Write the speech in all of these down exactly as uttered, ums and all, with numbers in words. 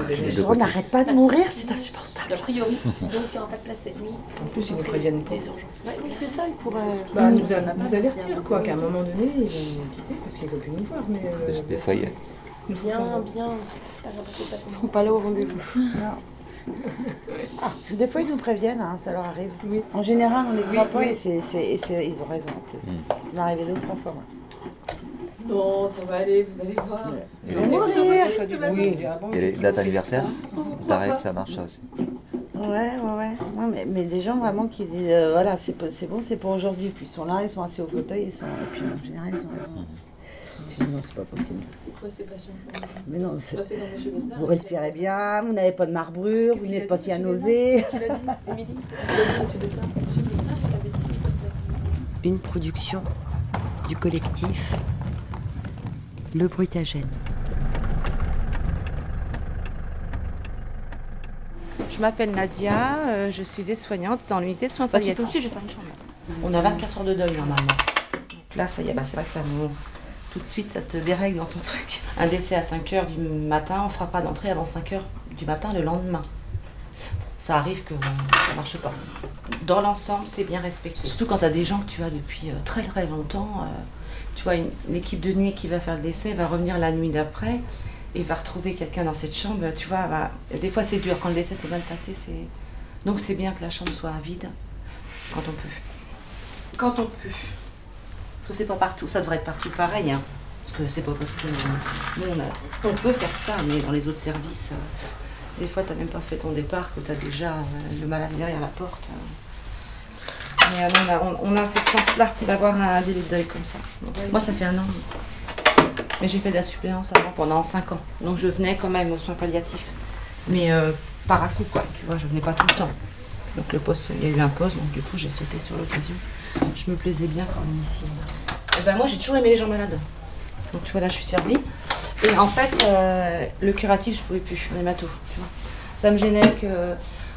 Les gens n'arrêtent pas de mourir, c'est insupportable. A priori, donc il n'y aura pas de place cette nuit. En plus, ils nous préviennent pas. Les urgences. Ouais, oui, c'est ça, ils pourraient. Bah, nous, av- nous avertir, quoi, qu'à un moment donné, ils vont nous quitter parce qu'ils ne veulent plus nous voir. Mais, euh, Des fois, il y a- Bien, bien. Ils ne seront pas là au rendez-vous. Non. Ah, des fois, ils nous préviennent, hein, ça leur arrive. Oui. En général, on les croit Oui, pas oui. et, c'est, c'est, et c'est, ils ont raison en plus. Mm. Il m'est arrivé deux ou trois fois. Moi. Non, ça va aller, vous allez voir. Ouais. Et Ils les- vont mourir. Ça dit oui. Ah bon, Et qu'est-ce les qu'ils dates vont anniversaires, faire, ça pareil que ça marche ça aussi. Ouais, ouais, ouais. Ouais, mais, mais des gens vraiment qui disent, euh, voilà, c'est, po- c'est bon, c'est pour aujourd'hui. Puis ils sont là, ils sont assis au fauteuil, ils sont, et puis en général, ils ont raison. Je dis, non, c'est pas possible. C'est quoi ces passions? Mais non, c'est... Passez dans Monsieur Besnard. Vous respirez bien, vous n'avez pas de marbrure, Qu'est-ce vous qu'il n'êtes a pas dit, si à Monsieur nauser. Qu'est-ce qu'il a dit, Émilie? Il a dit Monsieur Besnard. Monsieur Besnard, il avait dit que ça s'appelait. Une production du collectif Le Brutagène. Je m'appelle Nadia, euh, je suis aide-soignante dans l'unité de soins palliatifs. je vais faire une chambre. On a vingt-quatre heures de deuil normalement. Donc là, ça y est, bah, c'est vrai que ça nous... Tout de suite, ça te dérègle dans ton truc. Un décès à cinq heures du matin, on ne fera pas d'entrée avant cinq heures du matin le lendemain. Ça arrive que euh, ça ne marche pas. Dans l'ensemble, c'est bien respecté. Surtout quand tu as des gens que tu as depuis euh, très très longtemps. Euh, tu vois, une, l'équipe de nuit qui va faire le décès va revenir la nuit d'après et va retrouver quelqu'un dans cette chambre. Tu vois, bah, des fois c'est dur. Quand le décès s'est mal passé, c'est... Donc c'est bien que la chambre soit vide quand on peut. Quand on peut. Parce que c'est pas partout, ça devrait être partout pareil. Hein. Parce que c'est pas parce que nous, on, a, on peut faire ça, mais dans les autres services, euh, des fois, t'as même pas fait ton départ, que t'as déjà euh, le malade derrière la porte. Euh. Mais euh, non, on, a, on, on a cette chance-là d'avoir un délai de deuil comme ça. Donc, moi, ça fait un an. Mais j'ai fait de la suppléance avant pendant cinq ans. Donc je venais quand même aux soins palliatifs. Mais euh, par à coup, quoi. Tu vois, je venais pas tout le temps. Donc le poste, il y a eu un poste, donc du coup, j'ai sauté sur l'occasion. Je me plaisais bien quand même ici. Et ben moi, j'ai toujours aimé les gens malades. Donc tu vois, là, je suis servie. Et en fait, euh, le curatif, je pouvais plus, les matos, tu vois. Ça me gênait que...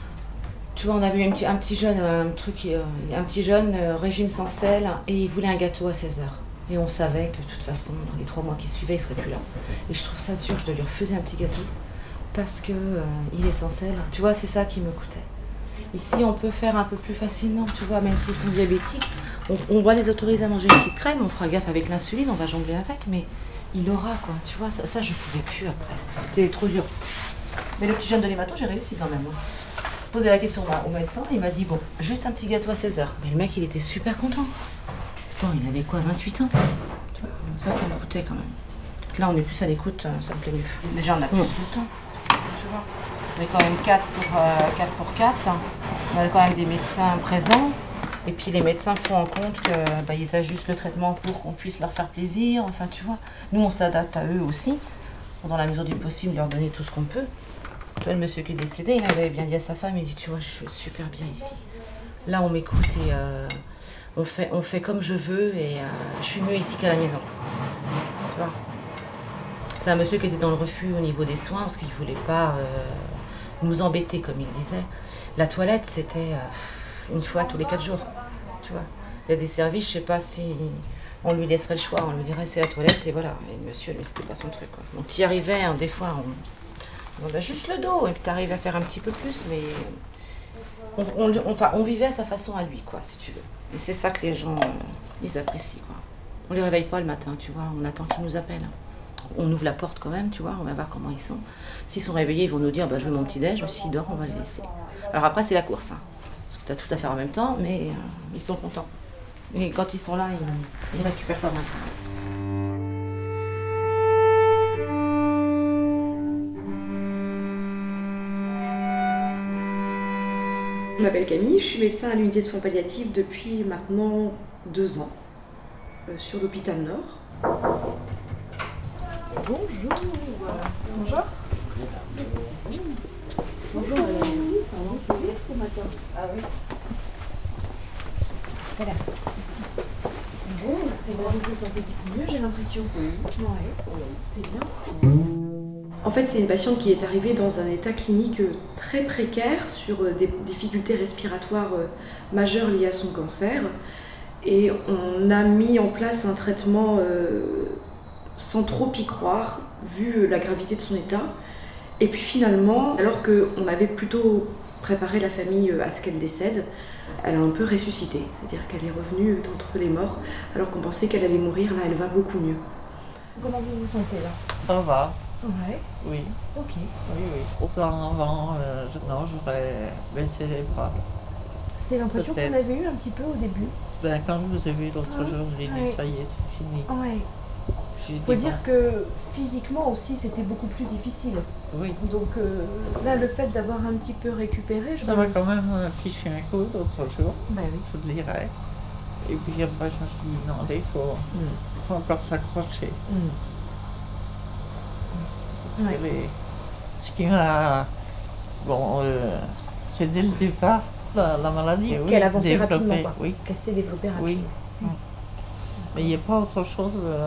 Tu vois, on avait eu un petit, un petit jeune, un truc, euh, un petit jeune, euh, régime sans sel, et il voulait un gâteau à seize heures. Et on savait que de toute façon, dans les trois mois qui suivaient, il serait plus là. Et je trouve ça dur de lui refuser un petit gâteau, parce que euh, il est sans sel. Tu vois, c'est ça qui me coûtait. Ici, on peut faire un peu plus facilement, tu vois, même s'ils sont diabétiques. On, on va les autoriser à manger une petite crème, on fera gaffe avec l'insuline, on va jongler avec, mais il aura, quoi, tu vois, ça, ça je pouvais plus après. C'était trop dur. Mais le petit jeune de l'hémato, j'ai réussi quand même. J'ai posé la question au médecin, il m'a dit, bon, juste un petit gâteau à seize heures. Mais le mec, il était super content. Bon, il avait quoi, vingt-huit ans? Tu vois, ça, ça me coûtait quand même. Là, on est plus à l'écoute, ça me plaît mieux. Déjà, on a plus le temps, tu vois. On est quand même quatre pour, euh, quatre pour quatre. On a quand même des médecins présents. Et puis les médecins font en compte qu'ils bah, ajustent le traitement pour qu'on puisse leur faire plaisir. Enfin, tu vois. Nous, on s'adapte à eux aussi. Dans la mesure du possible, leur donner tout ce qu'on peut. Tu vois, le monsieur qui est décédé, il avait bien dit à sa femme, il dit, tu vois, je suis super bien ici. Là, on m'écoute et euh, on, fait, on fait comme je veux et euh, je suis mieux ici qu'à la maison. Tu vois. C'est un monsieur qui était dans le refus au niveau des soins parce qu'il ne voulait pas euh, nous embêter, comme il disait. La toilette, c'était euh, une fois tous les quatre jours. Tu vois. Il y a des services, je ne sais pas si on lui laisserait le choix, on lui dirait c'est la toilette et voilà. Et le monsieur, lui, c'était pas son truc, quoi. Donc il y arrivait, hein, des fois, on, on avait juste le dos et puis tu arrives à faire un petit peu plus, mais on, on, on, enfin, on vivait à sa façon à lui, quoi, si tu veux. Et c'est ça que les gens, euh, ils apprécient, quoi. On les réveille pas le matin, tu vois, on attend qu'ils nous appellent. On ouvre la porte quand même, tu vois, on va voir comment ils sont. S'ils sont réveillés, ils vont nous dire bah, je veux mon petit déj, s'ils dorment, on va les laisser. Alors après, c'est la course, hein, parce que tu as tout à faire en même temps, mais euh, ils sont contents. Et quand ils sont là, ils, ils récupèrent pas mal. Je m'appelle Camille, je suis médecin à l'unité de soins palliatifs depuis maintenant deux ans, euh, sur l'hôpital Nord. Bonjour. Bonjour. Bonjour, madame. Oui, ça va se sourire ce matin. Ah oui. Voilà. Bon, et bien vous vous sentez beaucoup mieux, j'ai l'impression. Oui. Ouais, c'est bien. En fait, c'est une patiente qui est arrivée dans un état clinique très précaire sur des difficultés respiratoires majeures liées à son cancer. Et on a mis en place un traitement euh, sans trop y croire, vu la gravité de son état. Et puis finalement, alors qu'on avait plutôt préparé la famille à ce qu'elle décède, elle a un peu ressuscité. C'est-à-dire qu'elle est revenue d'entre les morts, alors qu'on pensait qu'elle allait mourir. Là, elle va beaucoup mieux. Comment vous vous sentez là? Ça va, Ouais, oui, ok. oui, oui. Autant avant, euh, je- non, j'aurais baissé les bras. C'est l'impression qu'on Peut-être. avait eu un petit peu au début. Ben, quand je vous ai vu l'autre Ah, jour, j'ai dit, ouais. ça y est, c'est fini. Ouais. J'ai Faut dit, dire que physiquement aussi c'était beaucoup plus difficile. bon, oui. Donc euh, là le fait d'avoir un petit peu récupéré, je Ça m'a quand même euh, fiché un coup l'autre jour, Bah oui. je vous le dirais. Et puis après, je me suis dit, non, là, il faut, faut encore s'accrocher. Parce que Ouais. les- ce qui m'a. Bon, euh, c'est dès le départ, la, la maladie. oui, Qu'elle avançait développée, rapidement quoi. Oui, Qu'elle s'est développée oui. rapidement. Mais il n'y a pas autre chose. euh,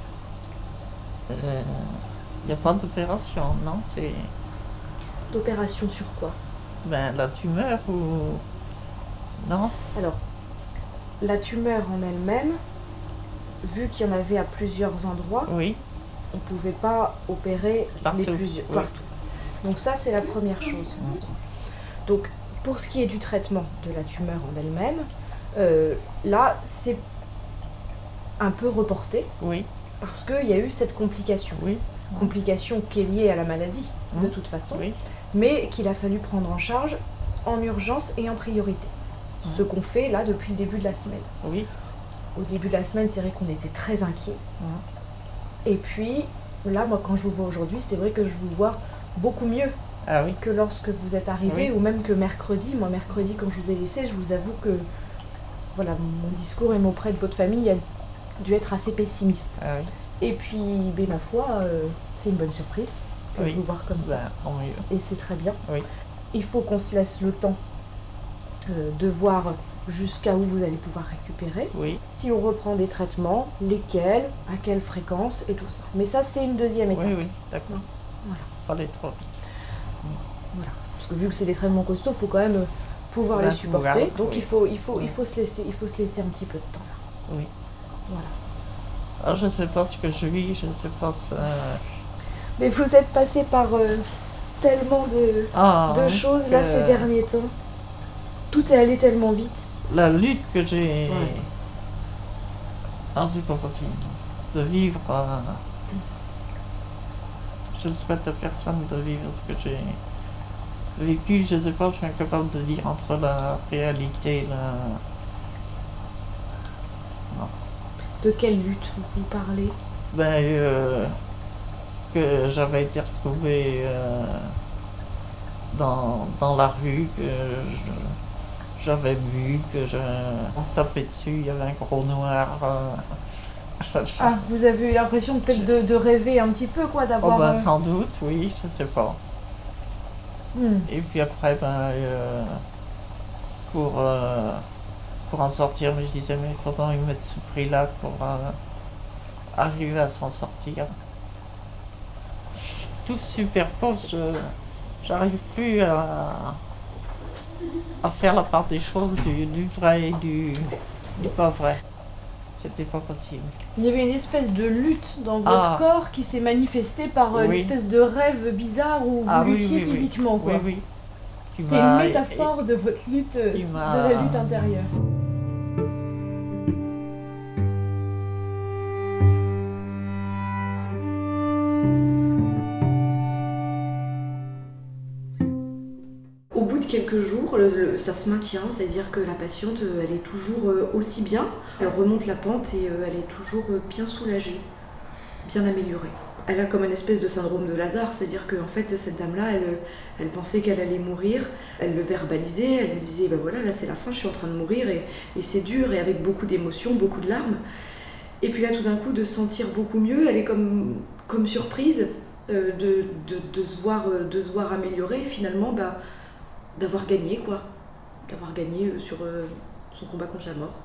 euh, Il n'y a pas d'opération, non, c'est D'opération sur quoi? ben, la tumeur ou. Non? Alors, la tumeur en elle-même, vu qu'il y en avait à plusieurs endroits, Oui, on ne pouvait pas opérer les Partout, plusieurs oui. partout. Donc ça c'est la première chose. Donc pour ce qui est du traitement de la tumeur en elle-même, euh, là c'est un peu reporté oui, parce qu'il y a eu cette complication. oui, Complication qui est liée à la maladie de Mm. toute façon, oui, mais qu'il a fallu prendre en charge en urgence et en priorité. Ce qu'on fait là depuis le début de la semaine. oui, Au début de la semaine, c'est vrai qu'on était très inquiets. Mm. Et puis, là, moi, quand je vous vois aujourd'hui, c'est vrai que je vous vois beaucoup mieux ah oui, que lorsque vous êtes arrivé, Oui. ou même que mercredi. Moi, mercredi, quand je vous ai laissé, je vous avoue que voilà, mon discours et mon auprès de votre famille a dû être assez pessimiste. ah oui, Et puis, ben, ma foi, euh, c'est une bonne surprise de Oui. vous voir comme ça. ben, tant mieux. Et c'est très bien. Oui. Il faut qu'on se laisse le temps euh, de voir jusqu'à où vous allez pouvoir récupérer. Oui, Si on reprend des traitements, lesquels, à quelle fréquence et tout ça. Mais ça, c'est une deuxième étape. oui, oui, d'accord. Voilà. Pas aller trop vite. Voilà. Parce que vu que c'est des traitements costauds, il faut quand même euh, pouvoir Là, les faut supporter. garder, Donc oui. il faut, il faut, Oui. il faut se laisser, il faut se laisser un petit peu de temps. Là. Oui. Voilà. Alors, je ne sais pas ce que je vis, je ne sais pas ce... Mais vous êtes passé par euh, tellement de, Ah, de oui, choses que là ces derniers temps. Tout est allé tellement vite. La lutte que j'ai... Ouais. Ah, c'est pas possible. De vivre... euh, Je ne souhaite à personne de vivre ce que j'ai vécu. Je ne sais pas, je suis incapable de dire entre la réalité et la... De quelle lutte vous, vous parlez? Ben, euh, que j'avais été retrouvé euh, dans, dans la rue, que je- j'avais bu, que je on me tapait dessus, il y avait un gros noir. euh. Ah, vous avez eu l'impression peut-être de, de rêver un petit peu, quoi, Oh d'avoir. ben euh, sans doute, oui, je sais pas. hmm. Et puis après, ben, euh, pour, euh, pour en sortir, mais je disais, mais il faudrait y mettre ce prix-là pour euh, arriver à s'en sortir. Tout se superpose, je j'arrive plus à, à faire la part des choses du, du vrai et du, du pas vrai. C'était pas possible. Il y avait une espèce de lutte dans votre Ah. corps qui s'est manifestée par euh, une Oui. espèce de rêve bizarre où vous Ah oui, luttiez oui, oui. physiquement, quoi. Oui, oui. Qui C'était une m'a- métaphore de votre lutte, euh, qui de m'a- la lutte intérieure. Au bout de quelques jours, le- le- ça se maintient, c'est-à-dire que la patiente, euh, elle est toujours euh, aussi bien, elle remonte la pente et euh, elle est toujours euh, bien soulagée, bien améliorée. Elle a comme une espèce de syndrome de Lazare, c'est-à-dire qu'en fait, cette dame-là, elle, elle pensait qu'elle allait mourir, elle le verbalisait, elle lui disait, ben voilà, là c'est la fin, je suis en train de mourir et, et c'est dur, et avec beaucoup d'émotions, beaucoup de larmes. Et puis là, tout d'un coup, de se sentir beaucoup mieux, elle est comme, comme surprise euh, de, de, de, se voir, euh, de se voir améliorée, et finalement, ben, d'avoir gagné, quoi. D'avoir gagné euh, sur euh, son combat contre la mort.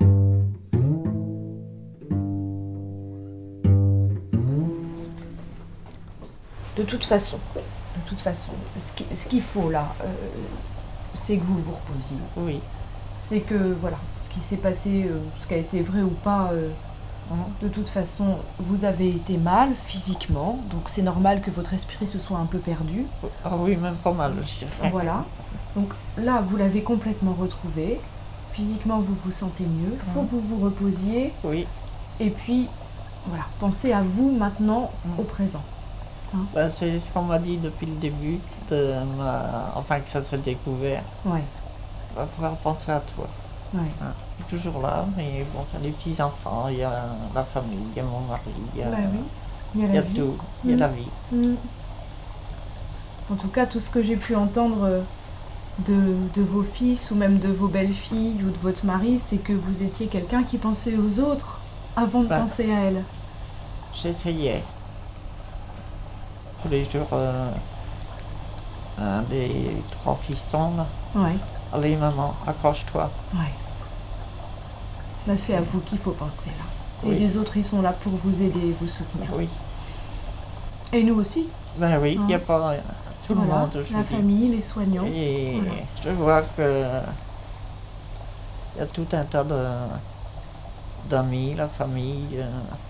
De toute façon, de toute façon, ce qui- ce qu'il faut là, euh, c'est que vous vous reposiez. Oui, C'est que, voilà, ce qui s'est passé, euh, ce qui a été vrai ou pas, euh, De toute façon, vous avez été mal physiquement, donc c'est normal que votre esprit se soit un peu perdu. Ah oui, même pas mal, je dirais. Voilà. Donc là, vous l'avez complètement retrouvé. Physiquement, vous vous sentez mieux. Il faut Mhm. que vous vous reposiez. Oui. Et puis, voilà, pensez à vous maintenant, Mhm. au présent. Ben, c'est ce qu'on m'a dit depuis le début, de ma... enfin que ça se découvert. Ouais, On va pouvoir penser à toi. ouais. Je suis toujours là, mais bon, il y a les petits-enfants, il y a la famille, il y a mon mari, il y a, Bah oui, il y a il y la a vie. tout, il y a Mhm. la vie. Mm. En tout cas, tout ce que j'ai pu entendre euh, de, de vos fils ou même de vos belles-filles ou de votre mari, c'est que vous étiez quelqu'un qui pensait aux autres avant de Bah. penser à elle. J'essayais. Tous les jours, euh, un des trois fistons, là. Ouais, Allez maman, accroche-toi. ouais. Là, c'est à vous qu'il faut penser, là. Et Oui. les autres, ils sont là pour vous aider et vous soutenir. Oui. Et nous aussi. Ben oui, il n'y a Hein. pas euh, tout le Voilà, monde, je la dis. famille, les soignants. Et Voilà. je vois que il y a tout un tas de d'amis, la famille. euh,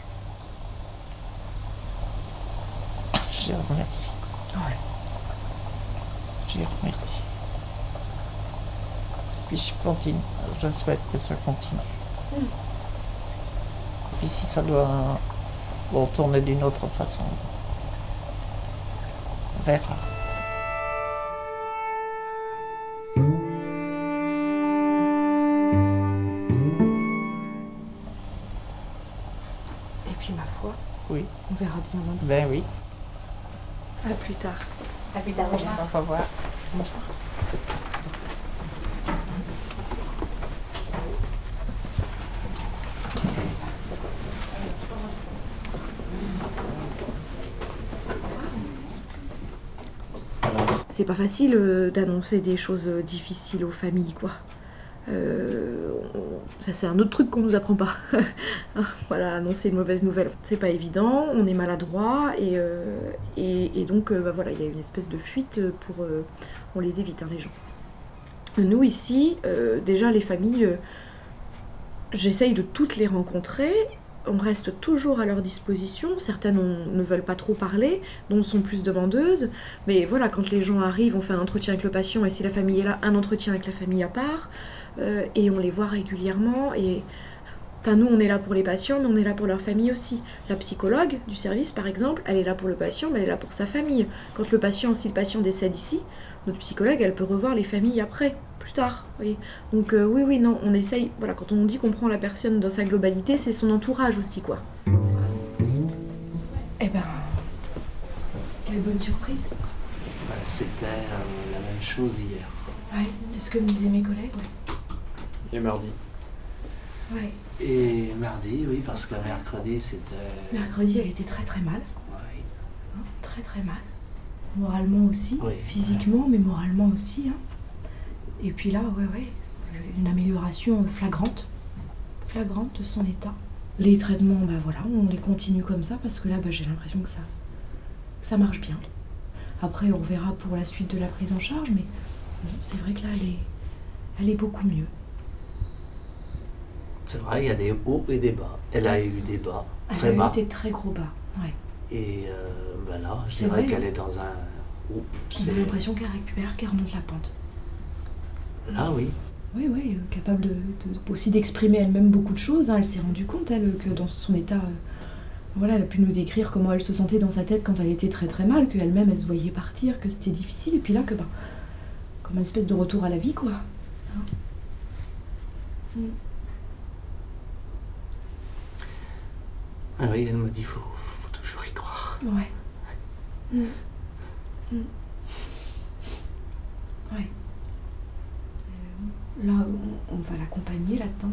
Je les remercie. Ouais. Je les remercie. Puis je continue. Je souhaite que ça continue. Mm. Puis si ça doit bon, tourner d'une autre façon, on verra. Et puis, ma foi, Oui. on verra bien lundi. Ben oui. À plus tard. À plus tard, On va voir. C'est pas facile euh, d'annoncer des choses euh, difficiles aux familles, quoi. Euh, on- ça, c'est un autre truc qu'on nous apprend pas. Voilà, annoncer une mauvaise nouvelle, c'est pas évident, on est maladroit, et, euh, et, et donc, euh, bah, voilà, il y a une espèce de fuite pour... euh, on les évite, hein, les gens. Nous, ici, euh, déjà, les familles, euh, j'essaye de toutes les rencontrer. On reste toujours à leur disposition. Certaines on- ne veulent pas trop parler, d'autres sont plus demandeuses. Mais voilà, quand les gens arrivent, on fait un entretien avec le patient, et si la famille est là, un entretien avec la famille à part. Euh, et on les voit régulièrement. Et enfin, nous, on est là pour les patients, mais on est là pour leur famille aussi. La psychologue du service, par exemple, elle est là pour le patient, mais elle est là pour sa famille. Quand le patient, si le patient décède ici, notre psychologue, elle peut revoir les familles après, plus tard. Vous voyez. Donc euh, oui, oui, non, on essaye. Voilà, quand on dit qu'on prend la personne dans sa globalité, c'est son entourage aussi, quoi. Eh ben, quelle bonne surprise. Bah, c'était euh, la même chose hier. Ouais, c'est ce que me disaient mes collègues. Et mardi. Ouais. Et mardi, oui, parce que mercredi, c'était... Mercredi, elle était très très mal. Ouais. Hein, très très mal. Moralement aussi, Oui. physiquement, mais moralement aussi. Hein. Et puis là, ouais, ouais, une amélioration flagrante, flagrante de son état. Les traitements, bah voilà, on les continue comme ça parce que là, bah, j'ai l'impression que ça, ça marche bien. Après, on verra pour la suite de la prise en charge, mais bon, c'est vrai que là, elle est, elle est beaucoup mieux. C'est vrai, il y a des hauts et des bas. Elle a eu des bas, Elle très a eu bas. des très gros bas. Ouais. Et euh, ben là, je C'est dirais vrai. qu'elle est dans un haut. On a C'est- l'impression qu'elle récupère, qu'elle remonte la pente. Là, oui. Oui, oui, euh, capable de, de- aussi d'exprimer elle-même beaucoup de choses. hein. Elle s'est rendue compte, elle, que dans son état, euh, voilà, elle a pu nous décrire comment elle se sentait dans sa tête quand elle était très très mal, qu'elle-même, elle se voyait partir, que c'était difficile, et puis là, que bah, comme une espèce de retour à la vie, quoi. Hein. Mm. Ah oui, elle m'a dit, faut, faut toujours y croire. Ouais. Mm. Mm. Ouais. Euh, Là, on, on va l'accompagner là-dedans.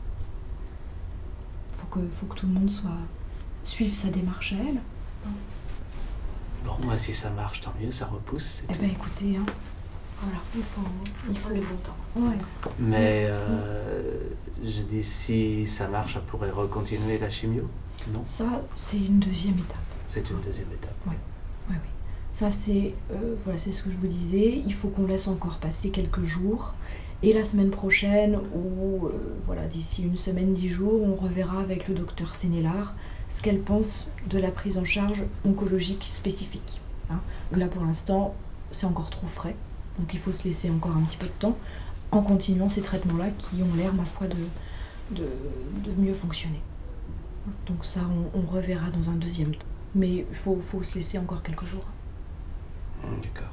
Faut que, faut que tout le monde soit suive sa démarche à elle. Bon, moi, si ça marche, tant mieux, ça repousse. c'est Eh tout. ben écoutez, hein, voilà, il faut, il faut le bon temps. Ouais. Mais euh, je dis, si ça marche, elle pourrait recontinuer la chimio? Non, Ça, c'est une deuxième étape. c'est une deuxième étape. Oui, oui. Ça, c'est euh, voilà, c'est ce que je vous disais. Il faut qu'on laisse encore passer quelques jours Et la semaine prochaine, ou euh, voilà, d'ici une semaine, dix jours, on reverra avec le docteur Sénélard ce qu'elle pense de la prise en charge oncologique spécifique. Hein. Là, pour l'instant, c'est encore trop frais, donc il faut se laisser encore un petit peu de temps en continuant ces traitements-là qui ont l'air, ma foi, de, de, de mieux fonctionner. Donc ça, on, on reverra dans un deuxième temps. Mais il faut, faut se laisser encore quelques jours. D'accord.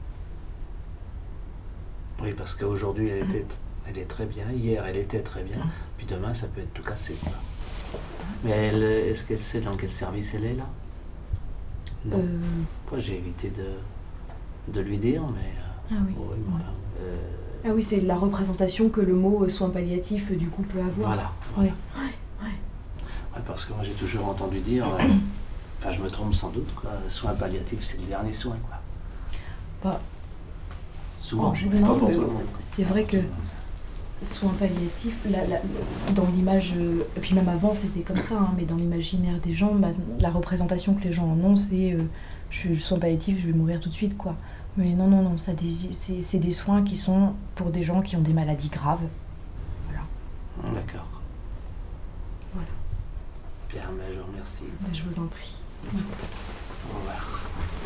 Oui, parce qu'aujourd'hui, elle, était, elle est très bien. Hier, elle était très bien. Puis demain, ça peut être tout cassé, quoi. Mais elle, est-ce qu'elle sait dans quel service elle est, là? Non. Euh... Moi, j'ai évité de, de lui dire, mais... Ah oui. Oui, Ouais. enfin, euh... Ah oui, c'est la représentation que le mot soins palliatifs, du coup, peut avoir. Voilà. voilà. Ouais. Ouais. Ouais, parce que moi, j'ai toujours entendu dire... Euh, enfin, je me trompe sans doute, quoi. Soins palliatifs, c'est le dernier soin, quoi. Bah, souvent. En général, pas le- tout le monde. c'est vrai que soins palliatifs, la, la, dans l'image, euh, et puis même avant c'était comme ça, hein, mais dans l'imaginaire des gens, ma- la représentation que les gens en ont, c'est euh, je suis soins palliatifs, je vais mourir tout de suite, quoi. Mais non, non, non, ça dési- c'est, c'est des soins qui sont pour des gens qui ont des maladies graves. Voilà. D'accord. Voilà. Bien, ben, je vous remercie. Ben, je vous en prie. Au revoir.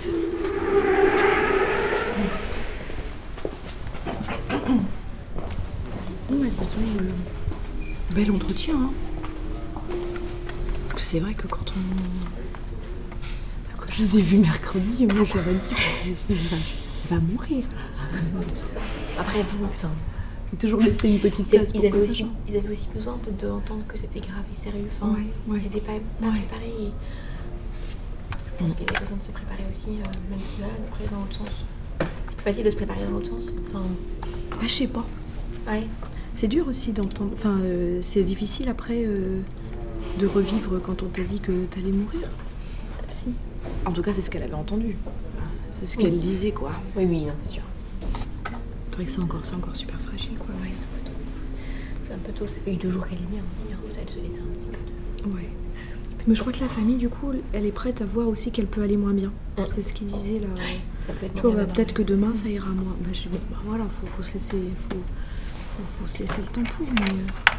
Bon, bah, dis donc, euh, bel entretien, hein. Parce que c'est vrai que quand on... Quand je les ai vus mercredi, moi je leur ai dit, elle va, elle va mourir. C'est ça. Après, vous, enfin, J'ai toujours laissé une petite ils, place ils pour avaient que aussi, ça ils avaient aussi besoin peut-être d'entendre que c'était grave et sérieux. Enfin, Ouais, ouais. ils n'étaient pas, pas Ouais. préparés. Et je pense qu'il y a besoin de se préparer aussi, euh, même si là, après, dans l'autre sens. C'est plus facile de se préparer dans l'autre sens. Enfin, Bah, je sais pas. ouais. C'est dur aussi d'entendre. Enfin, euh, c'est difficile après euh, de revivre quand on t'a dit que t'allais mourir. Si. En tout cas, c'est ce qu'elle avait entendu. C'est ce Oui. qu'elle disait, quoi. Oui, oui, non, c'est sûr. C'est vrai que c'est encore, c'est encore super fragile, quoi. Ouais, c'est un peu tôt. C'est un peu tôt. Ça fait deux jours qu'elle est bien aussi. Hein. Peut-être se laisser un petit peu de. Ouais. Mais je crois que la famille, du coup, elle est prête à voir aussi qu'elle peut aller moins bien. Mm. C'est ce qu'il disait là. Ça peut être Tu vois, moins bah, bien peut-être que d'avoir- demain ça ira moins. Bah, je dis, bon, bah voilà, faut, faut se laisser, faut, faut, faut se laisser le temps pour. Mais euh,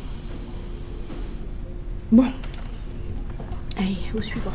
bon, Allez, au suivant.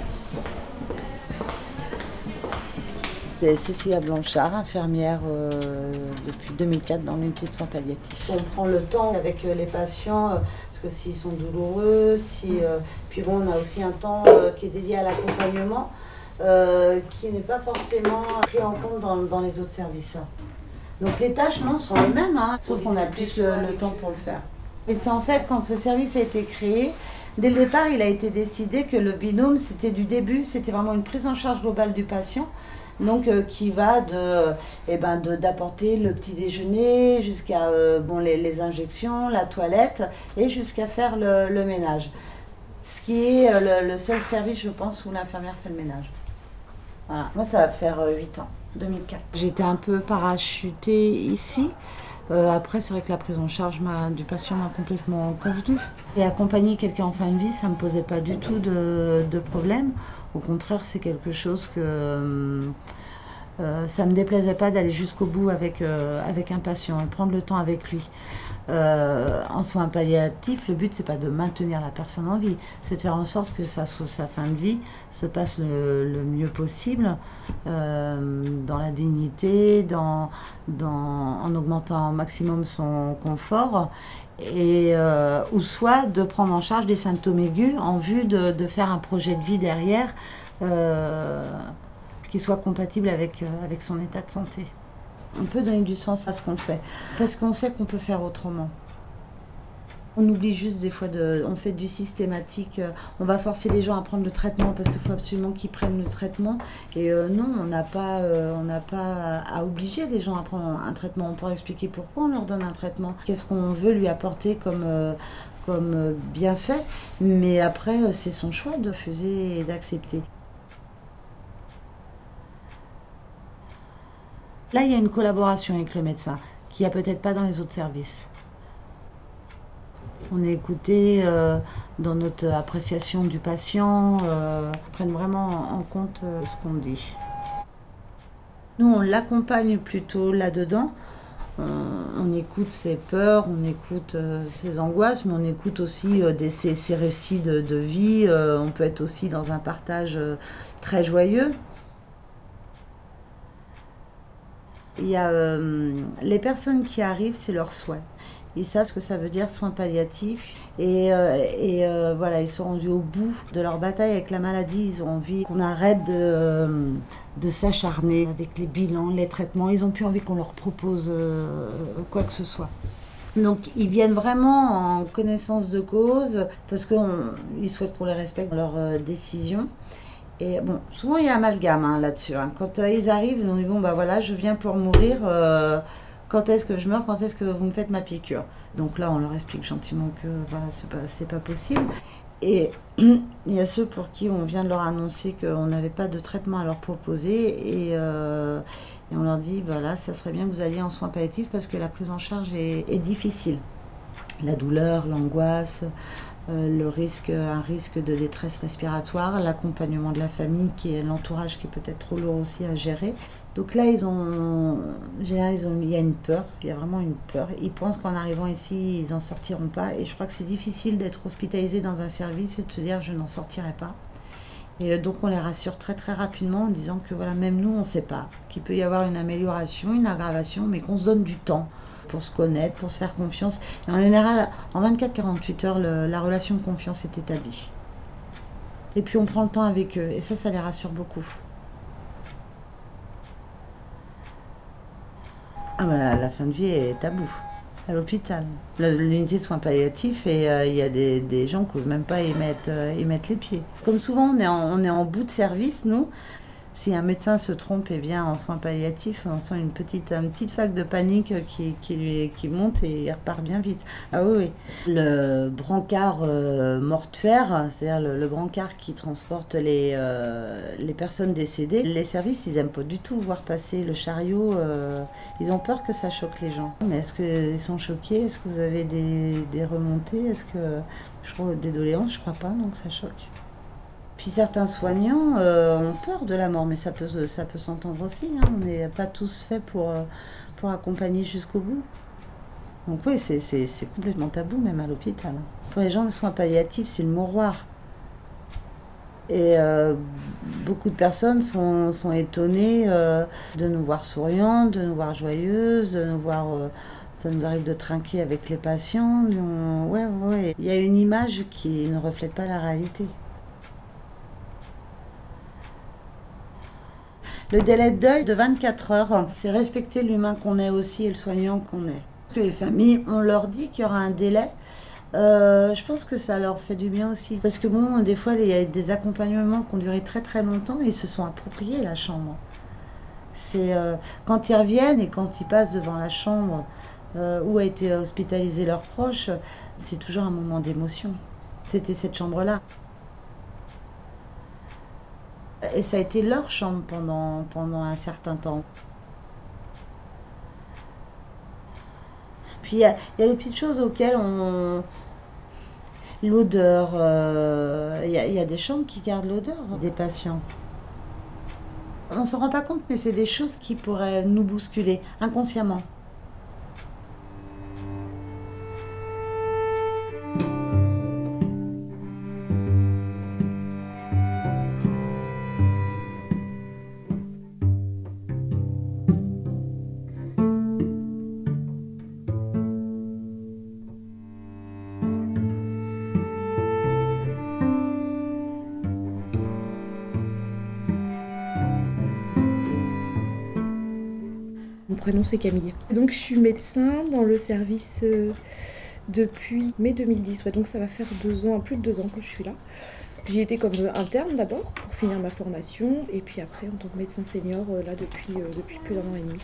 C'est Cécilia Blanchard, infirmière euh, depuis deux mille quatre dans l'unité de soins palliatifs. On prend le temps avec euh, les patients, euh, parce que s'ils sont douloureux, si, euh, puis bon, on a aussi un temps euh, qui est dédié à l'accompagnement, euh, qui n'est pas forcément pris en compte dans, dans les autres services. Donc les tâches, non, sont les mêmes, hein, sauf qu'on a plus le, le temps pour le faire. Et c'est en fait, quand le service a été créé, dès le départ, il a été décidé que le binôme, c'était du début, c'était vraiment une prise en charge globale du patient. Donc euh, qui va de, eh ben, de d'apporter le petit déjeuner jusqu'à euh, bon, les, les injections, la toilette et jusqu'à faire le, le ménage. Ce qui est euh, le, le seul service, je pense, où l'infirmière fait le ménage. Voilà. Moi, ça va faire euh, huit ans, deux mille quatre. J'étais un peu parachutée ici. Euh, après, c'est vrai que la prise en charge m'a- du patient m'a complètement convenu. Et accompagner quelqu'un en fin de vie, ça ne me posait pas du tout de, de problème. Au contraire, c'est quelque chose que euh, euh, ça ne me déplaisait pas d'aller jusqu'au bout avec, euh, avec un patient et prendre le temps avec lui. Euh, en soins palliatifs, le but, c'est pas de maintenir la personne en vie, c'est de faire en sorte que sa, sa fin de vie se passe le, le mieux possible, euh, dans la dignité, dans, dans, en augmentant au maximum son confort, et, euh, ou soit de prendre en charge des symptômes aigus en vue de, de faire un projet de vie derrière euh, qui soit compatible avec, euh, avec son état de santé. On peut donner du sens à ce qu'on fait, parce qu'on sait qu'on peut faire autrement. On oublie juste des fois, de, on fait du systématique, euh, on va forcer les gens à prendre le traitement parce qu'il faut absolument qu'ils prennent le traitement. Et euh, non, on n'a pas, euh, on n'a pas à obliger les gens à prendre un traitement. On peut leur expliquer pourquoi on leur donne un traitement, qu'est-ce qu'on veut lui apporter comme, euh, comme euh, bienfait. Mais après, euh, c'est son choix de refuser et d'accepter. Là, il y a une collaboration avec le médecin, qu'il n'y a peut-être pas dans les autres services. On est écouté euh, dans notre appréciation du patient, euh, prennent vraiment en compte euh, ce qu'on dit. Nous, on l'accompagne plutôt là-dedans, On, on écoute ses peurs, on écoute euh, ses angoisses, mais on écoute aussi euh, des, ses, ses récits de, de vie. Euh, on peut être aussi dans un partage euh, très joyeux. Il y a euh, les personnes qui arrivent, c'est leur souhait. Ils savent ce que ça veut dire soins palliatifs et, euh, et euh, voilà, ils sont rendus au bout de leur bataille avec la maladie. Ils ont envie qu'on arrête de, euh, de s'acharner avec les bilans, les traitements. Ils n'ont plus envie qu'on leur propose euh, quoi que ce soit. Donc ils viennent vraiment en connaissance de cause parce qu'ils souhaitent qu'on les respecte dans leurs euh, décisions. Et bon, souvent il y a amalgame hein, là-dessus. Hein. Quand euh, ils arrivent, ils ont dit bon bah voilà, je viens pour mourir. Euh, Quand est-ce que je meurs? Quand est-ce que vous me faites ma piqûre? Donc là, on leur explique gentiment que voilà, c'est pas, c'est pas possible. Et il y a ceux pour qui on vient de leur annoncer qu'on n'avait pas de traitement à leur proposer. Et, euh, et on leur dit, voilà, ça serait bien que vous alliez en soins palliatifs parce que la prise en charge est, est difficile. La douleur, l'angoisse, euh, le risque, un risque de détresse respiratoire, l'accompagnement de la famille, qui est l'entourage qui est peut-être trop lourd aussi à gérer. Donc là, ils ont, en général, ils ont, il y a une peur, il y a vraiment une peur. Ils pensent qu'en arrivant ici, ils n'en sortiront pas. Et je crois que c'est difficile d'être hospitalisé dans un service et de se dire « je n'en sortirai pas ». Et donc on les rassure très très rapidement en disant que voilà, même nous, on ne sait pas, qu'il peut y avoir une amélioration, une aggravation, mais qu'on se donne du temps pour se connaître, pour se faire confiance. Et en général, en vingt-quatre à quarante-huit heures, le, la relation de confiance est établie. Et puis on prend le temps avec eux, et ça, ça les rassure beaucoup. Ah ben la, la fin de vie est tabou à l'hôpital. L'unité de soins palliatifs, et il euh, y a des, des gens qui n'osent même pas y mettre, euh, y mettre les pieds. Comme souvent, on est, en, on est en bout de service, nous. Si un médecin se trompe et vient en soins palliatifs, on sent une petite, une petite vague de panique qui, qui, lui, qui monte et il repart bien vite. Ah oui, oui. Le brancard euh, mortuaire, c'est-à-dire le, le brancard qui transporte les, euh, les personnes décédées, les services, ils n'aiment pas du tout voir passer le chariot. Euh, ils ont peur que ça choque les gens. Mais est-ce qu'ils sont choqués? Est-ce que vous avez des, des remontées? Est-ce que, je crois, des doléances? Je crois pas, donc ça choque. Puis certains soignants euh, ont peur de la mort, mais ça peut, ça peut s'entendre aussi. Hein. On n'est pas tous faits pour, pour accompagner jusqu'au bout. Donc oui, c'est, c'est, c'est complètement tabou, même à l'hôpital. Pour les gens, les soins palliatifs, c'est le mouroir. Et euh, beaucoup de personnes sont, sont étonnées euh, de nous voir souriantes, de nous voir joyeuses, de nous voir... Euh, ça nous arrive de trinquer avec les patients. On, ouais, ouais. Il y a une image qui ne reflète pas la réalité. Le délai de deuil de vingt-quatre heures, c'est respecter l'humain qu'on est aussi et le soignant qu'on est. Parce que les familles, on leur dit qu'il y aura un délai. Euh, je pense que ça leur fait du bien aussi. Parce que bon, des fois, il y a des accompagnements qui ont duré très très longtemps et ils se sont appropriés la chambre. C'est euh, quand ils reviennent et quand ils passent devant la chambre euh, où a été hospitalisé leur proche, c'est toujours un moment d'émotion. C'était cette chambre-là. Et ça a été leur chambre pendant, pendant un certain temps. Puis il y a, y a des petites choses auxquelles on... L'odeur, il euh, y, y a des chambres qui gardent l'odeur des patients. On ne s'en rend pas compte, mais c'est des choses qui pourraient nous bousculer inconsciemment. Mon prénom c'est Camille. Donc je suis médecin dans le service euh, depuis mai deux mille dix, ouais, donc ça va faire deux ans, plus de deux ans que je suis là. J'y étais comme interne d'abord pour finir ma formation et puis après en tant que médecin senior euh, là depuis, euh, depuis plus d'un an et demi.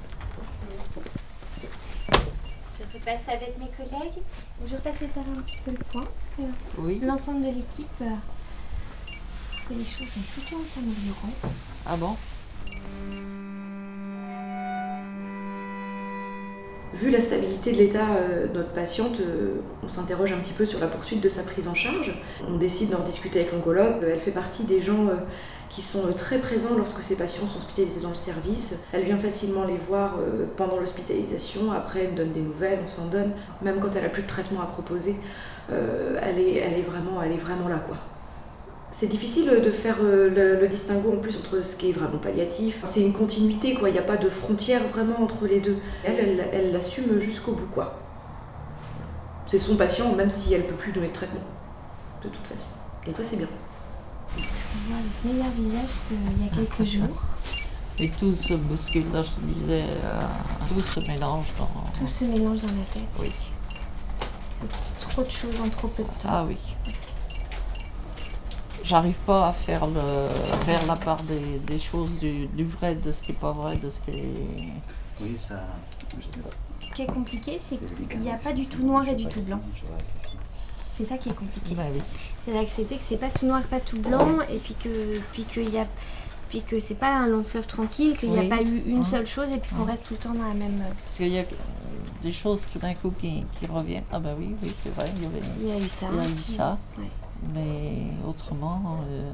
Je repasse avec mes collègues. Je vais passer faire un petit peu le point parce que oui. L'ensemble de l'équipe euh, que les choses sont plutôt en s'améliorant. Ah bon? Vu la stabilité de l'état euh, de notre patiente, euh, on s'interroge un petit peu sur la poursuite de sa prise en charge. On décide d'en discuter avec l'oncologue. Elle fait partie des gens euh, qui sont euh, très présents lorsque ces patients sont hospitalisés dans le service. Elle vient facilement les voir euh, pendant l'hospitalisation. Après, elle me donne des nouvelles, on s'en donne. Même quand elle n'a plus de traitement à proposer, euh, elle, est, elle, est vraiment, elle est vraiment là, quoi. C'est difficile de faire le, le distinguo en plus entre ce qui est vraiment palliatif. C'est une continuité, quoi. Il n'y a pas de frontière vraiment entre les deux. Elle, elle, elle l'assume jusqu'au bout, quoi. C'est son patient, même si elle ne peut plus donner de traitement, de toute façon. Donc ça, c'est bien. Je vois le meilleur visage qu'il y a quelques jours. Et tout se bouscule, là je te disais, euh, tout se mélange dans... Tout se mélange dans la tête. Oui. C'est trop de choses en trop peu de temps. Ah oui. J'arrive pas à faire, le, à faire la part des, des choses, du, du vrai, de ce qui est pas vrai, de ce qui est... Oui, ça... Ce qui est compliqué, c'est qu'il n'y a pas du tout noir et du tout blanc. C'est ça qui est compliqué. Ben oui. C'est d'accepter que c'est pas tout noir, pas tout blanc, et puis que, puis qu'il y a... Puis que c'est pas un long fleuve tranquille, qu'il n'y Oui. a pas eu une Mmh. seule chose et puis qu'on Mmh. reste tout le temps dans la même... Parce qu'il y a des choses tout d'un coup qui, qui reviennent. Ah ben oui, oui, c'est vrai, il y, avait, Il y a eu ça. il y a eu ça. Ouais. Mais autrement... Euh...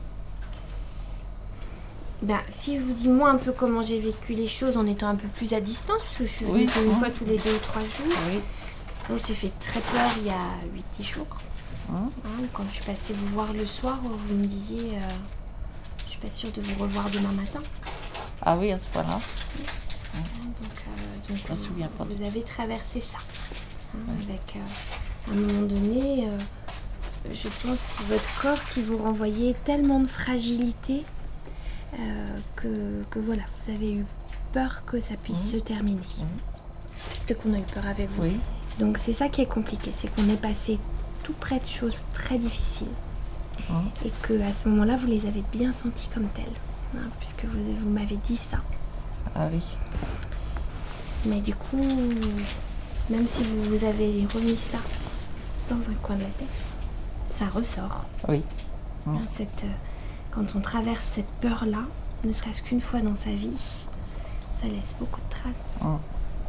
Ben, si je vous dis moi un peu comment j'ai vécu les choses en étant un peu plus à distance, parce que je suis venue Oui, une hein. fois tous les deux ou trois jours. Oui. On s'est fait très peur il y a huit dix jours. Hein? Hein, quand je suis passée vous voir le soir, vous me disiez euh, je suis pas sûre de vous revoir demain matin. Ah oui, à ce point-là. Hein, donc, euh, donc Je me vous- souviens pas Vous du avez traversé ça. Hein, Ouais. avec euh, à un moment donné, euh, je pense votre corps qui vous renvoyait tellement de fragilité euh, que, que voilà, vous avez eu peur que ça puisse Mhm. se terminer. Et qu'on a eu peur avec vous. Oui. Donc c'est ça qui est compliqué, c'est qu'on est passé tout près de choses très difficiles. Hein? Et que à ce moment-là, vous les avez bien senties comme telles. Hein, puisque vous, vous m'avez dit ça. Ah oui. Mais du coup, même si vous, vous avez remis ça dans un coin de la tête, ça ressort. Oui. Hein, cette, euh, quand on traverse cette peur-là, ne serait-ce qu'une fois dans sa vie, ça laisse beaucoup de traces. Hein.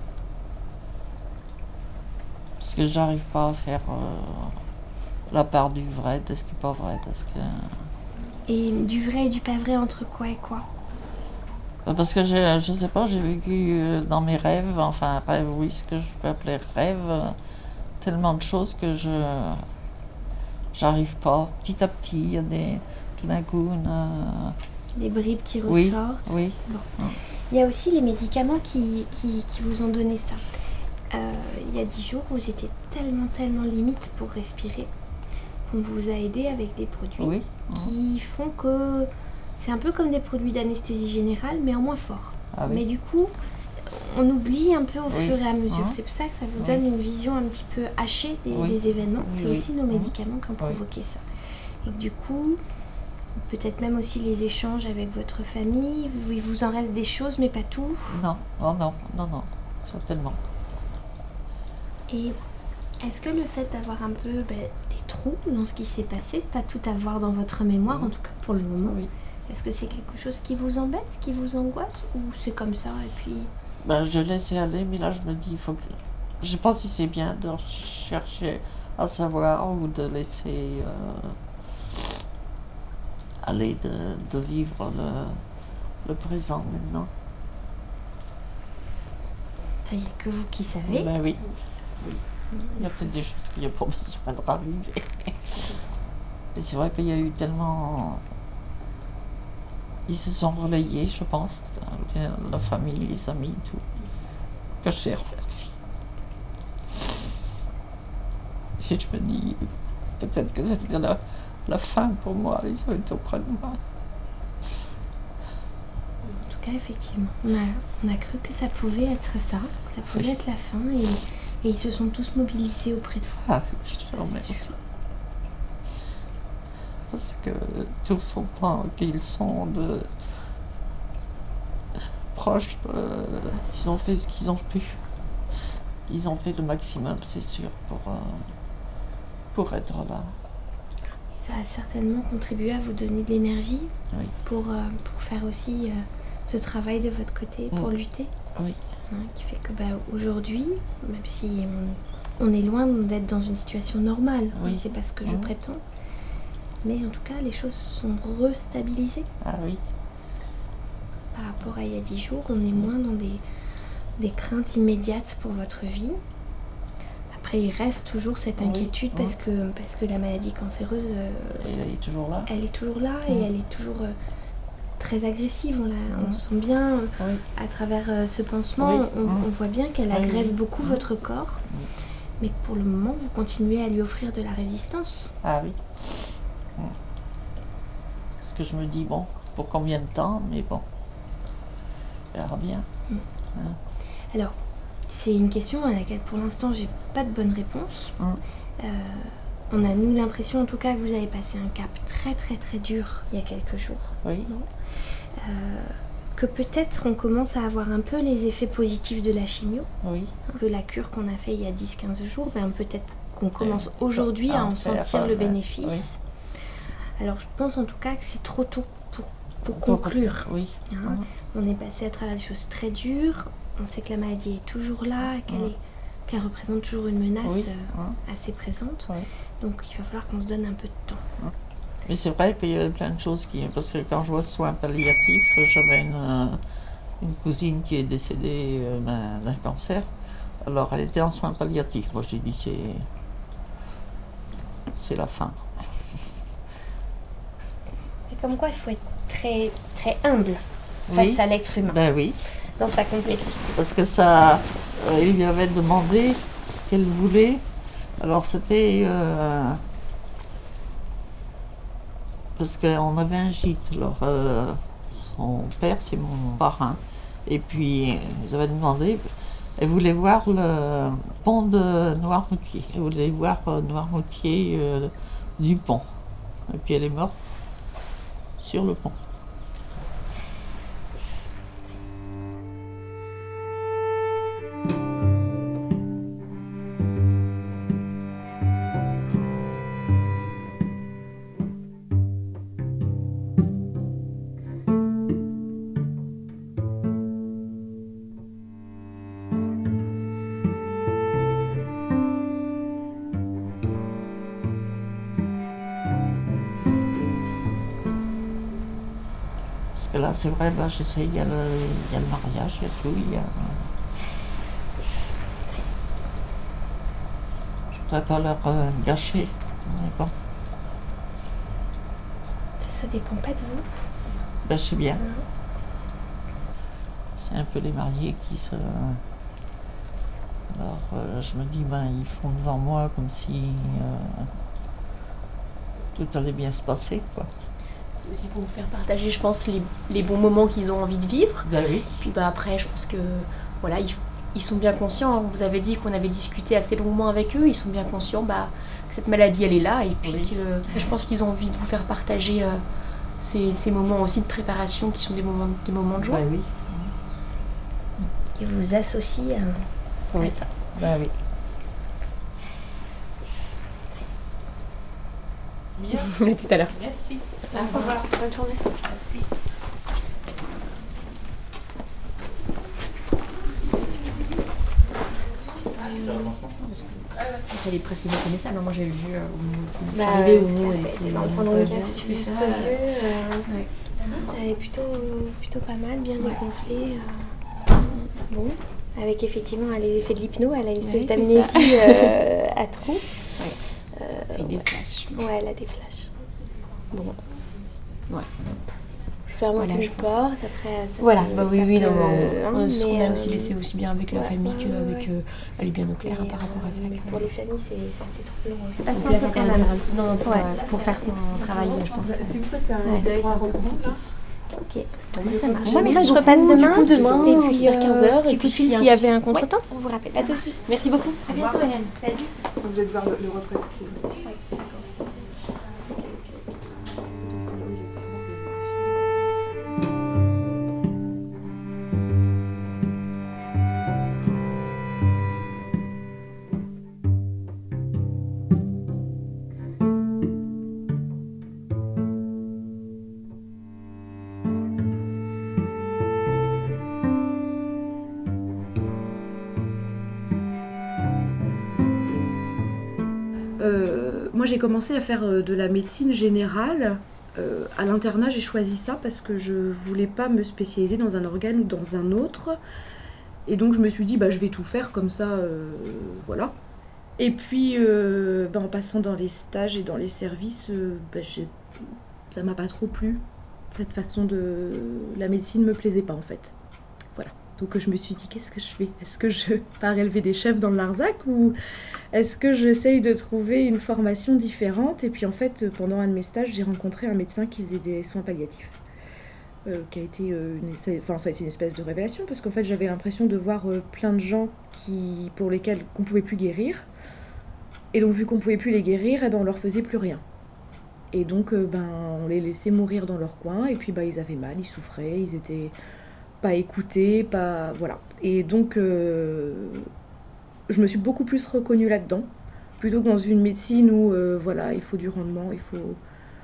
Parce que j'arrive pas à faire euh, la part du vrai, de ce qui est pas vrai, de ce que... Et du vrai et du pas vrai entre quoi et quoi? Parce que j'ai- je sais pas, j'ai vécu euh, dans mes rêves, enfin rêve, oui, ce que je peux appeler rêve, euh, tellement de choses que je j'arrive pas. Petit à petit, il y a des tout d'un coup une, euh, Des bribes qui Oui, ressortent. oui. Bon. Il y a aussi les médicaments qui, qui, qui vous ont donné ça. Euh, il y a dix jours, vous étiez tellement, tellement limite pour respirer qu'on vous a aidé avec des produits Oui. qui font que c'est un peu comme des produits d'anesthésie générale, mais en moins fort. Ah oui. Mais du coup, on oublie un peu au Oui. fur et à mesure. Hein. C'est pour ça que ça vous Oui. donne une vision un petit peu hachée des, Oui. des événements. Oui, C'est oui. aussi nos Hein. médicaments qui ont Oui. provoqué ça. Et que du coup, peut-être même aussi les échanges avec votre famille, vous- il vous en reste des choses, mais pas tout. Non, oh non, non, non, certainement. Et est-ce que le fait d'avoir un peu ben, des trous dans ce qui s'est passé, de pas tout avoir dans votre mémoire, en tout cas pour le moment, Oui. est-ce que c'est quelque chose qui vous embête, qui vous angoisse, ou c'est comme ça et puis... Ben, je laissais aller, mais là je me dis, il faut que... Je sais pas si c'est bien de chercher à savoir ou de laisser euh, aller, de, de vivre le, le présent maintenant. Il n'y a que vous qui savez. Ben oui. Oui. Il y a peut-être des choses qu'il n'y a pas besoin de raviver. Et c'est vrai qu'il y a eu tellement... Ils se sont relayés, je pense, la famille, les amis, tout, que je les remercie. Et je me dis, peut-être que c'était la, la fin pour moi, ils ont été auprès de moi. En tout cas, effectivement, on a, on a cru que ça pouvait être ça, que ça pouvait Oui. être la fin, et, et ils se sont tous mobilisés auprès de vous. Ah, je te Ça, c'est remercie. sûr. Parce que tous autant qu'ils sont de proches, euh, ils ont fait ce qu'ils ont pu. Ils ont fait le maximum, c'est sûr, pour, euh, pour être là. Ça a certainement contribué à vous donner de l'énergie Oui. pour, euh, pour faire aussi euh, ce travail de votre côté, pour Mm. lutter. Oui. hein, qui fait que bah, aujourd'hui, même si on, on est loin d'être dans une situation normale, Oui. hein, c'est pas ce que je Mhm. prétends, mais en tout cas les choses sont restabilisées. Ah oui. Par rapport à il y a dix jours, on est moins dans des, des craintes immédiates pour votre vie. Après, il reste toujours cette Oui, inquiétude oui. parce que, parce que la maladie cancéreuse, euh, Et elle est toujours là. elle est toujours là et Mm. elle est toujours euh, très agressive. On, la, on Mm. sent bien, euh, Oui. à travers euh, ce pansement, Oui. on, Mm. on voit bien qu'elle Oui, agresse oui. beaucoup Mm. votre corps. Mais que pour le moment, vous continuez à lui offrir de la résistance. Ah oui. Mm. Parce que je me dis, bon, pour combien de temps, mais bon. On verra bien. Mm. Hein. Alors, c'est une question à laquelle pour l'instant, j'ai pas de bonne réponse. Mm. Euh, on a nous l'impression en tout cas que vous avez passé un cap très très très dur il y a quelques jours. Oui. Euh, que peut-être on commence à avoir un peu les effets positifs de la chimio, Oui. que la cure qu'on a fait il y a dix quinze jours, ben peut-être qu'on commence Euh, aujourd'hui à à en en faire, sentir euh, le oui. bénéfice. Alors je pense en tout cas que c'est trop tôt pour, pour Pour- conclure. Oui. Hein. Mm. On est passé à travers des choses très dures, on sait que la maladie est toujours là, qu'elle Mm. est qu'elle représente toujours une menace Oui. euh, Mm. assez présente. Oui. Donc il va falloir qu'on se donne un peu de temps. Mais c'est vrai qu'il y a plein de choses qui... Parce que quand je vois soins palliatifs, j'avais une, euh, une cousine qui est décédée euh, ben, d'un cancer. Alors elle était en soins palliatifs. Moi j'ai dit c'est... C'est la fin. Et comme quoi il faut être très très humble face Oui. à l'être humain, Ben oui. dans sa complexité. Parce que ça... euh, il lui avait demandé ce qu'elle voulait. Alors c'était... euh, parce qu'on avait un gîte. Alors euh, son père, c'est mon parrain. Et puis ils avaient demandé... Elle voulait voir le pont de Noirmoutier. Elle voulait voir euh, Noirmoutier euh, du pont. Et puis elle est morte sur le pont. Parce que là, c'est vrai, là, j'essaie, il y, a le- il y a le mariage, il y a tout, il y a... Je voudrais pas leur euh, gâcher, mais bon, Ça, ça dépend pas de vous. ben, je sais bien. Hein. C'est un peu les mariés qui se... Alors, euh, je me dis, ben, ils font devant moi comme si euh, tout allait bien se passer, quoi. C'est aussi pour vous faire partager, je pense, les, les bons moments qu'ils ont envie de vivre. Ben oui. Puis bah, après, je pense que voilà, ils, ils sont bien conscients. Hein. Vous avez dit qu'on avait discuté assez longuement avec eux. Ils sont bien conscients bah, que cette maladie, elle est là. Et puis, Oui. que, je pense qu'ils ont envie de vous faire partager euh, ces, ces moments aussi de préparation qui sont des moments, des moments de joie. Ben oui. Ils vous associent à, Oui. à ça. Ben oui. À tout à l'heure. Merci. Au revoir. Bonne journée. Elle est presque méconnaissable. Moi, j'ai vu euh, où Bah, arrivé ouais, où nous, elle elle était était dans le fond dans de le cave, cave, suisse c'est aux ça. yeux. euh, Ouais. Elle est plutôt, plutôt pas mal, bien dégonflée. euh, Bon, avec effectivement les effets de l'hypno, elle a une espèce Oui, c'est d'amnésie euh, à trous. Avec des flashs. Ouais, elle a des flashs. Bon. Ouais. Je ferme Voilà, une je pense. porte, après ça Voilà, peut- bah oui, ça oui, peut, non, hein, non, ce qu'on mais, a aussi euh, laissé aussi bien avec la ouais, famille ouais, qu'avec. ouais. Euh, elle est bien au clair mais, par rapport à ça. euh, mais que- pour les familles, c'est c'est assez troublant. C'est pas Donc simple là, ça quand permet même. de- Non, non, pour, Ouais. euh, pour faire son travail, je pense. Si vous faites un Ouais. deuil, ça reprend, là. Ok, bon, bah, ça marche. Ouais, Bon, merci bah, je beaucoup. repasse Du demain. coup, demain, et on puis se fait à quinze heures, et du coup, puis s'il s'il y a y un avait un souci- contretemps, on vous rappelle. Pas de soucis. Merci beaucoup. À bientôt, Hélène. Salut. Vous allez devoir le, le represcrire. moi j'ai commencé à faire de la médecine générale. Euh, à l'internat, j'ai choisi ça parce que je voulais pas me spécialiser dans un organe ou dans un autre. Et donc je me suis dit, bah, je vais tout faire comme ça, euh, voilà. Et puis, euh, bah, en passant dans les stages et dans les services, euh, bah, j'ai... ça m'a pas trop plu. Cette façon de... La médecine me plaisait pas en fait. Voilà. Donc je me suis dit, qu'est-ce que je fais ? Est-ce que je pars élever des chefs dans le Larzac ou est-ce que j'essaye de trouver une formation différente ? Et puis en fait, pendant un de mes stages, j'ai rencontré un médecin qui faisait des soins palliatifs. Euh, qui a été euh, une... enfin, ça a été une espèce de révélation parce qu'en fait, j'avais l'impression de voir euh, plein de gens qui... pour lesquels qu'on pouvait plus guérir. Et donc vu qu'on pouvait plus les guérir, eh ben, on leur faisait plus rien. Et donc euh, ben, on les laissait mourir dans leur coin et puis ben, ils avaient mal, ils souffraient, ils étaient pas écoutés, pas... voilà. Et donc euh, je me suis beaucoup plus reconnue là-dedans, plutôt que dans une médecine où euh, voilà, il faut du rendement, il faut...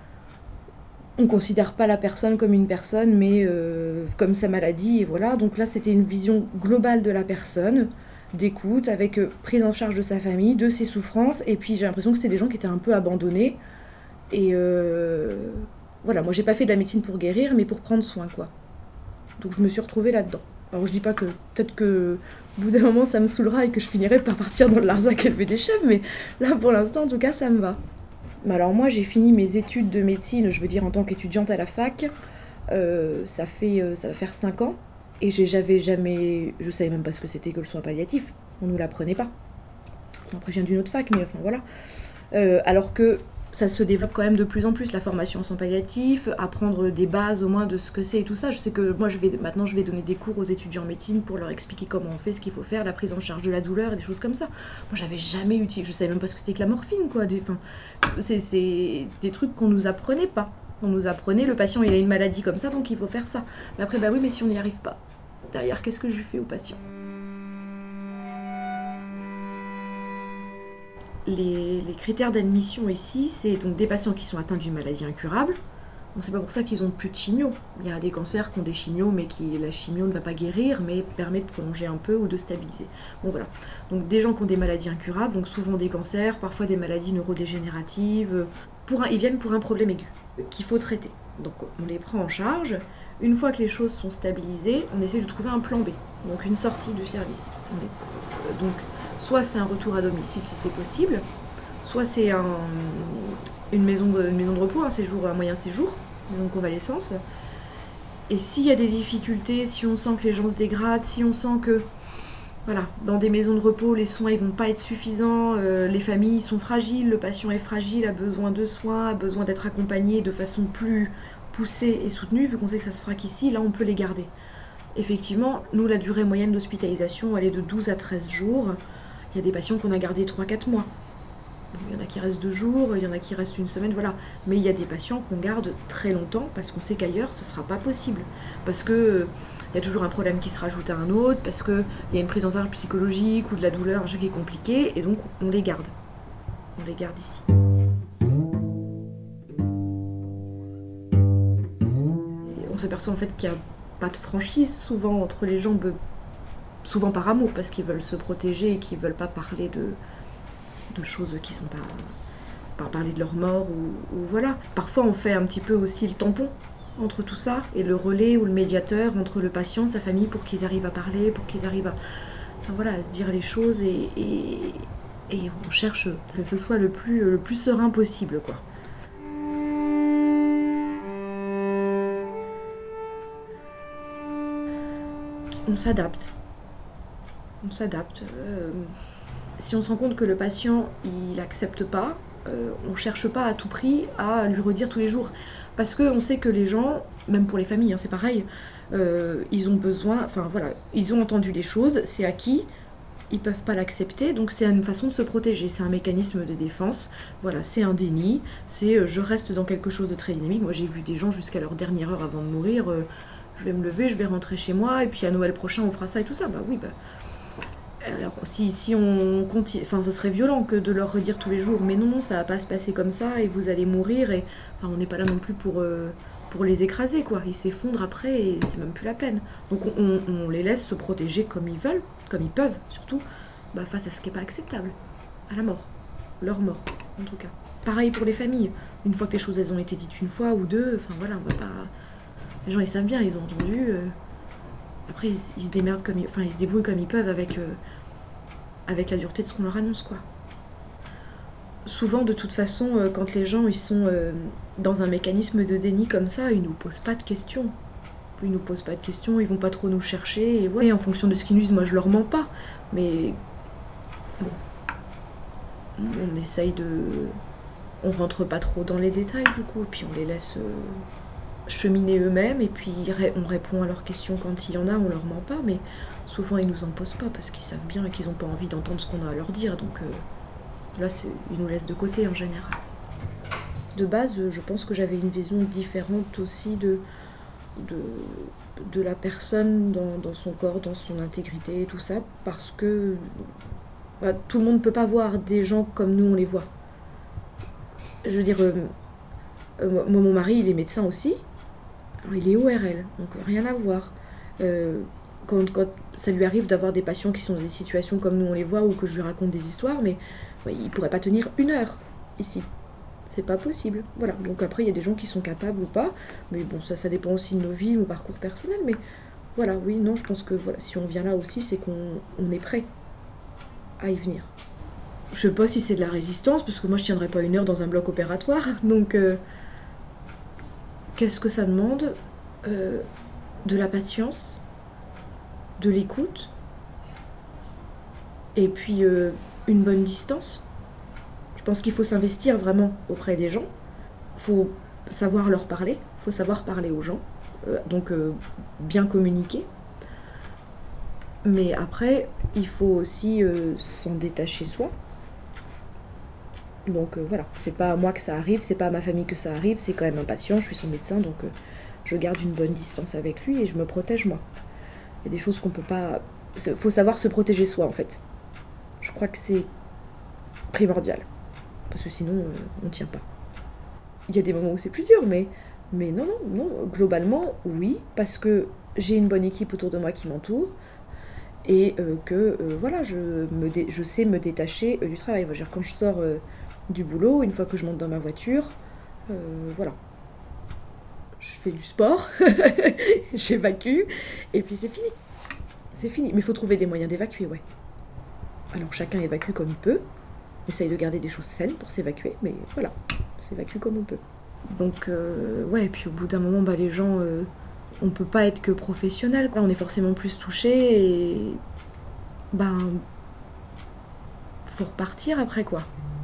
On ne considère pas la personne comme une personne, mais euh, comme sa maladie, et voilà. Donc là, c'était une vision globale de la personne, d'écoute, avec euh, prise en charge de sa famille, de ses souffrances, et puis j'ai l'impression que c'est des gens qui étaient un peu abandonnés. Et euh, voilà, moi j'ai pas fait de la médecine pour guérir, mais pour prendre soin, quoi. Donc je me suis retrouvée là-dedans. Alors je dis pas que, peut-être que au bout d'un moment ça me saoulera et que je finirai par partir dans le Larzac élever des chefs, mais là pour l'instant en tout cas ça me va. Mais alors moi j'ai fini mes études de médecine, je veux dire en tant qu'étudiante à la fac, euh, ça, fait, euh, ça va faire cinq ans, et j'ai, j'avais jamais, je savais même pas ce que c'était que le soin palliatif, on nous l'apprenait pas. Après je viens d'une autre fac, mais enfin voilà. Euh, alors que ça se développe quand même de plus en plus, la formation en soins palliatifs, apprendre des bases au moins de ce que c'est et tout ça. Je sais que moi je vais, maintenant je vais donner des cours aux étudiants en médecine pour leur expliquer comment on fait, ce qu'il faut faire, la prise en charge de la douleur et des choses comme ça. Moi j'avais jamais utilisé, je savais même pas ce que c'était que la morphine, quoi. Des, enfin, c'est, c'est des trucs qu'on nous apprenait pas. On nous apprenait, le patient il a une maladie comme ça donc il faut faire ça. Mais après bah oui, mais si on n'y arrive pas, derrière qu'est-ce que je fais au patient ? Les, les critères d'admission ici, c'est donc des patients qui sont atteints d'une maladie incurable. Bon, c'est pas pour ça qu'ils ont plus de chimio. Il y a des cancers qui ont des chimios, mais qui la chimio ne va pas guérir, mais permet de prolonger un peu ou de stabiliser. Bon voilà. Donc des gens qui ont des maladies incurables, donc souvent des cancers, parfois des maladies neurodégénératives. Pour un, ils viennent pour un problème aigu qu'il faut traiter. Donc on les prend en charge. Une fois que les choses sont stabilisées, on essaie de trouver un plan B, donc une sortie du service. On est, donc soit c'est un retour à domicile si c'est possible, soit c'est un, une, maison de, une maison de repos, un, séjour, un moyen séjour, une maison de convalescence. Et s'il y a des difficultés, si on sent que les gens se dégradent, si on sent que voilà, dans des maisons de repos, les soins ils vont pas être suffisants, euh, les familles sont fragiles, le patient est fragile, a besoin de soins, a besoin d'être accompagné de façon plus poussée et soutenue, vu qu'on sait que ça se fera qu'ici, là on peut les garder. Effectivement, nous la durée moyenne d'hospitalisation elle est de douze à treize jours. Il y a des patients qu'on a gardés trois à quatre mois. Il y en a qui restent deux jours, il y en a qui restent une semaine, voilà. Mais il y a des patients qu'on garde très longtemps parce qu'on sait qu'ailleurs ce ne sera pas possible. Parce qu'il euh, y a toujours un problème qui se rajoute à un autre, parce qu'il y a une prise en charge psychologique ou de la douleur, un truc qui est compliqué, et donc on les garde. On les garde ici. Et on s'aperçoit en fait qu'il n'y a pas de franchise souvent entre les gens, souvent par amour, parce qu'ils veulent se protéger et qu'ils ne veulent pas parler de... de choses qui sont pas, pas parler de leur mort ou, ou voilà. Parfois on fait un petit peu aussi le tampon entre tout ça et le relais ou le médiateur entre le patient, sa famille pour qu'ils arrivent à parler, pour qu'ils arrivent à, enfin, voilà, à se dire les choses et, et, et on cherche que ce soit le plus, le plus serein possible, quoi. On s'adapte. On s'adapte. Euh, Si on se rend compte que le patient il n'accepte pas, euh, on ne cherche pas à tout prix à lui redire tous les jours. Parce qu'on sait que les gens, même pour les familles, hein, c'est pareil, euh, ils ont besoin, enfin voilà, ils ont entendu les choses, c'est acquis, ils ne peuvent pas l'accepter, donc c'est une façon de se protéger, c'est un mécanisme de défense, voilà, c'est un déni, c'est euh, je reste dans quelque chose de très dynamique. Moi j'ai vu des gens jusqu'à leur dernière heure avant de mourir, euh, je vais me lever, je vais rentrer chez moi, et puis à Noël prochain on fera ça et tout ça, bah oui, bah... Alors, si, si on continue, enfin, ce serait violent que de leur redire tous les jours, mais non, non, ça va pas se passer comme ça, et vous allez mourir, et enfin, on n'est pas là non plus pour, euh, pour les écraser, quoi. Ils s'effondrent après, et c'est même plus la peine. Donc, on, on les laisse se protéger comme ils veulent, comme ils peuvent, surtout, bah, face à ce qui n'est pas acceptable, à la mort, leur mort, en tout cas. pareil pour les familles. Une fois que les choses elles ont été dites une fois ou deux, enfin voilà, on va pas... Les gens ils savent bien, ils ont entendu. Euh... Après ils, ils se démerdent comme ils... Enfin ils se débrouillent comme ils peuvent avec, euh... avec la dureté de ce qu'on leur annonce, quoi. Souvent de toute façon, euh, quand les gens ils sont euh, dans un mécanisme de déni comme ça, ils nous posent pas de questions. Ils nous posent pas de questions, ils vont pas trop nous chercher, et ouais, en fonction de ce qu'ils nous disent, moi je leur mens pas. Mais bon, on essaye de... On rentre pas trop dans les détails du coup, et puis on les laisse euh, cheminer eux-mêmes, et puis on répond à leurs questions quand il y en a, on leur ment pas, mais souvent ils nous en posent pas, parce qu'ils savent bien qu'ils ont pas envie d'entendre ce qu'on a à leur dire, donc euh, là ils nous laissent de côté en général. De base, je pense que j'avais une vision différente aussi de, de, de la personne dans, dans son corps, dans son intégrité, tout ça, parce que bah, tout le monde ne peut pas voir des gens comme nous on les voit. Je veux dire, euh, euh, moi, mon mari, il est médecin aussi. Alors, il est O R L, donc rien à voir. Euh, quand, quand ça lui arrive d'avoir des patients qui sont dans des situations comme nous on les voit, ou que je lui raconte des histoires, mais ouais, il pourrait pas tenir une heure ici. C'est pas possible. Voilà. Donc après, il y a des gens qui sont capables ou pas, mais bon, ça, ça dépend aussi de nos vies, nos parcours personnels. Mais voilà, oui, non, je pense que voilà, si on vient là aussi, c'est qu'on on est prêt à y venir. Je sais pas si c'est de la résistance, parce que moi je tiendrais pas une heure dans un bloc opératoire, donc euh, qu'est-ce que ça demande ? euh, De la patience, de l'écoute, et puis euh, une bonne distance. Je pense qu'il faut s'investir vraiment auprès des gens, il faut savoir leur parler, il faut savoir parler aux gens, euh, donc euh, bien communiquer. Mais après, il faut aussi euh, s'en détacher soi. Donc euh, voilà, c'est pas à moi que ça arrive, c'est pas à ma famille que ça arrive, c'est quand même un patient, je suis son médecin, donc euh, je garde une bonne distance avec lui et je me protège moi. Il y a des choses qu'on peut pas... Il faut savoir se protéger soi en fait. Je crois que c'est primordial, parce que sinon euh, on tient pas. Il y a des moments où c'est plus dur, mais, mais non, non, non, globalement oui, parce que j'ai une bonne équipe autour de moi qui m'entoure, et euh, que euh, voilà, je, me dé- je sais me détacher euh, du travail. Je veux dire, quand je sors euh, du boulot, une fois que je monte dans ma voiture, euh, voilà, je fais du sport, j'évacue, et puis c'est fini. C'est fini. Mais il faut trouver des moyens d'évacuer, ouais. Alors chacun évacue comme il peut, essaye de garder des choses saines pour s'évacuer, mais voilà, s'évacue comme on peut. Donc, euh, ouais, et puis au bout d'un moment, bah, les gens... Euh, on peut pas être que professionnel, quoi. On est forcément plus touché et ben faut repartir après, quoi.